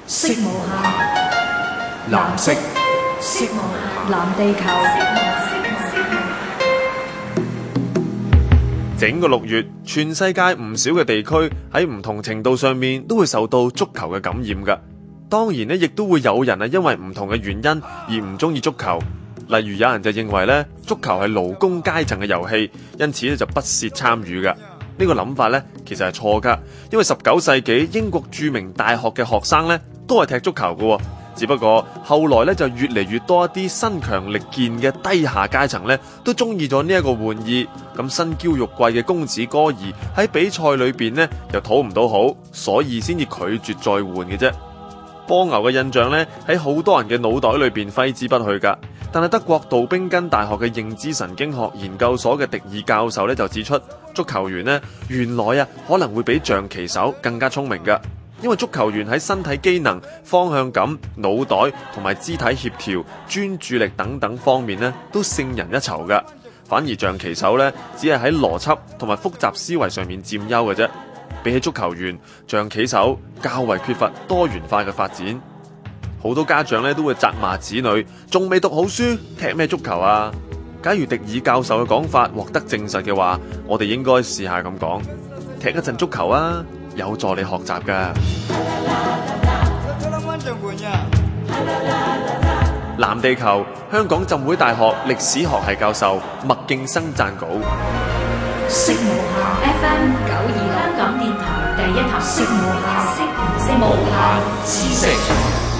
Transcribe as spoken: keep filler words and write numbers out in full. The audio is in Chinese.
色無限，藍色，色無限，藍地球。 整個六月，全世界唔少嘅地區喺唔同程度上面都會受到足球嘅感染㗎。當然咧，亦都會有人係因為唔同嘅原因而唔中意足球。例如有人就認為咧，足球係勞工階層嘅遊戲，因此咧就不屑參與㗎。呢個諗法咧其實係錯㗎，因為十九世紀英國著名大學嘅學生咧都係踢足球㗎，只不過後來咧就越嚟越多一啲身強力健嘅低下階層咧都中意咗呢一個玩意，咁身嬌肉貴嘅公子哥兒喺比賽裏邊咧又討唔到好，所以先至拒絕再換嘅啫。波牛嘅印象咧喺好多人嘅腦袋裏邊揮之不去㗎，但係德國杜賓根大學嘅認知神經學研究所嘅迪爾教授咧就指出，足球員呢原來啊可能會比象棋手更加聰明㗎，因為足球員喺身體機能、方向感、腦袋同埋肢體協調、專注力等等方面呢都勝人一籌㗎，反而象棋手呢只係喺邏輯同埋複雜思維上面佔優嘅啫。比起足球員，象棋手較為缺乏多元化嘅發展。好多家長咧都會責罵子女，仲未讀好書，踢咩足球啊？假如迪爾教授嘅講法獲得證實嘅話，我哋應該試下咁講，踢一陣足球啊，有助你學習㗎。藍地球，香港浸會大學歷史學系教授麥敬生撰稿。 色無限 F M 九二六香港電台第一台，色無限，色無限知識。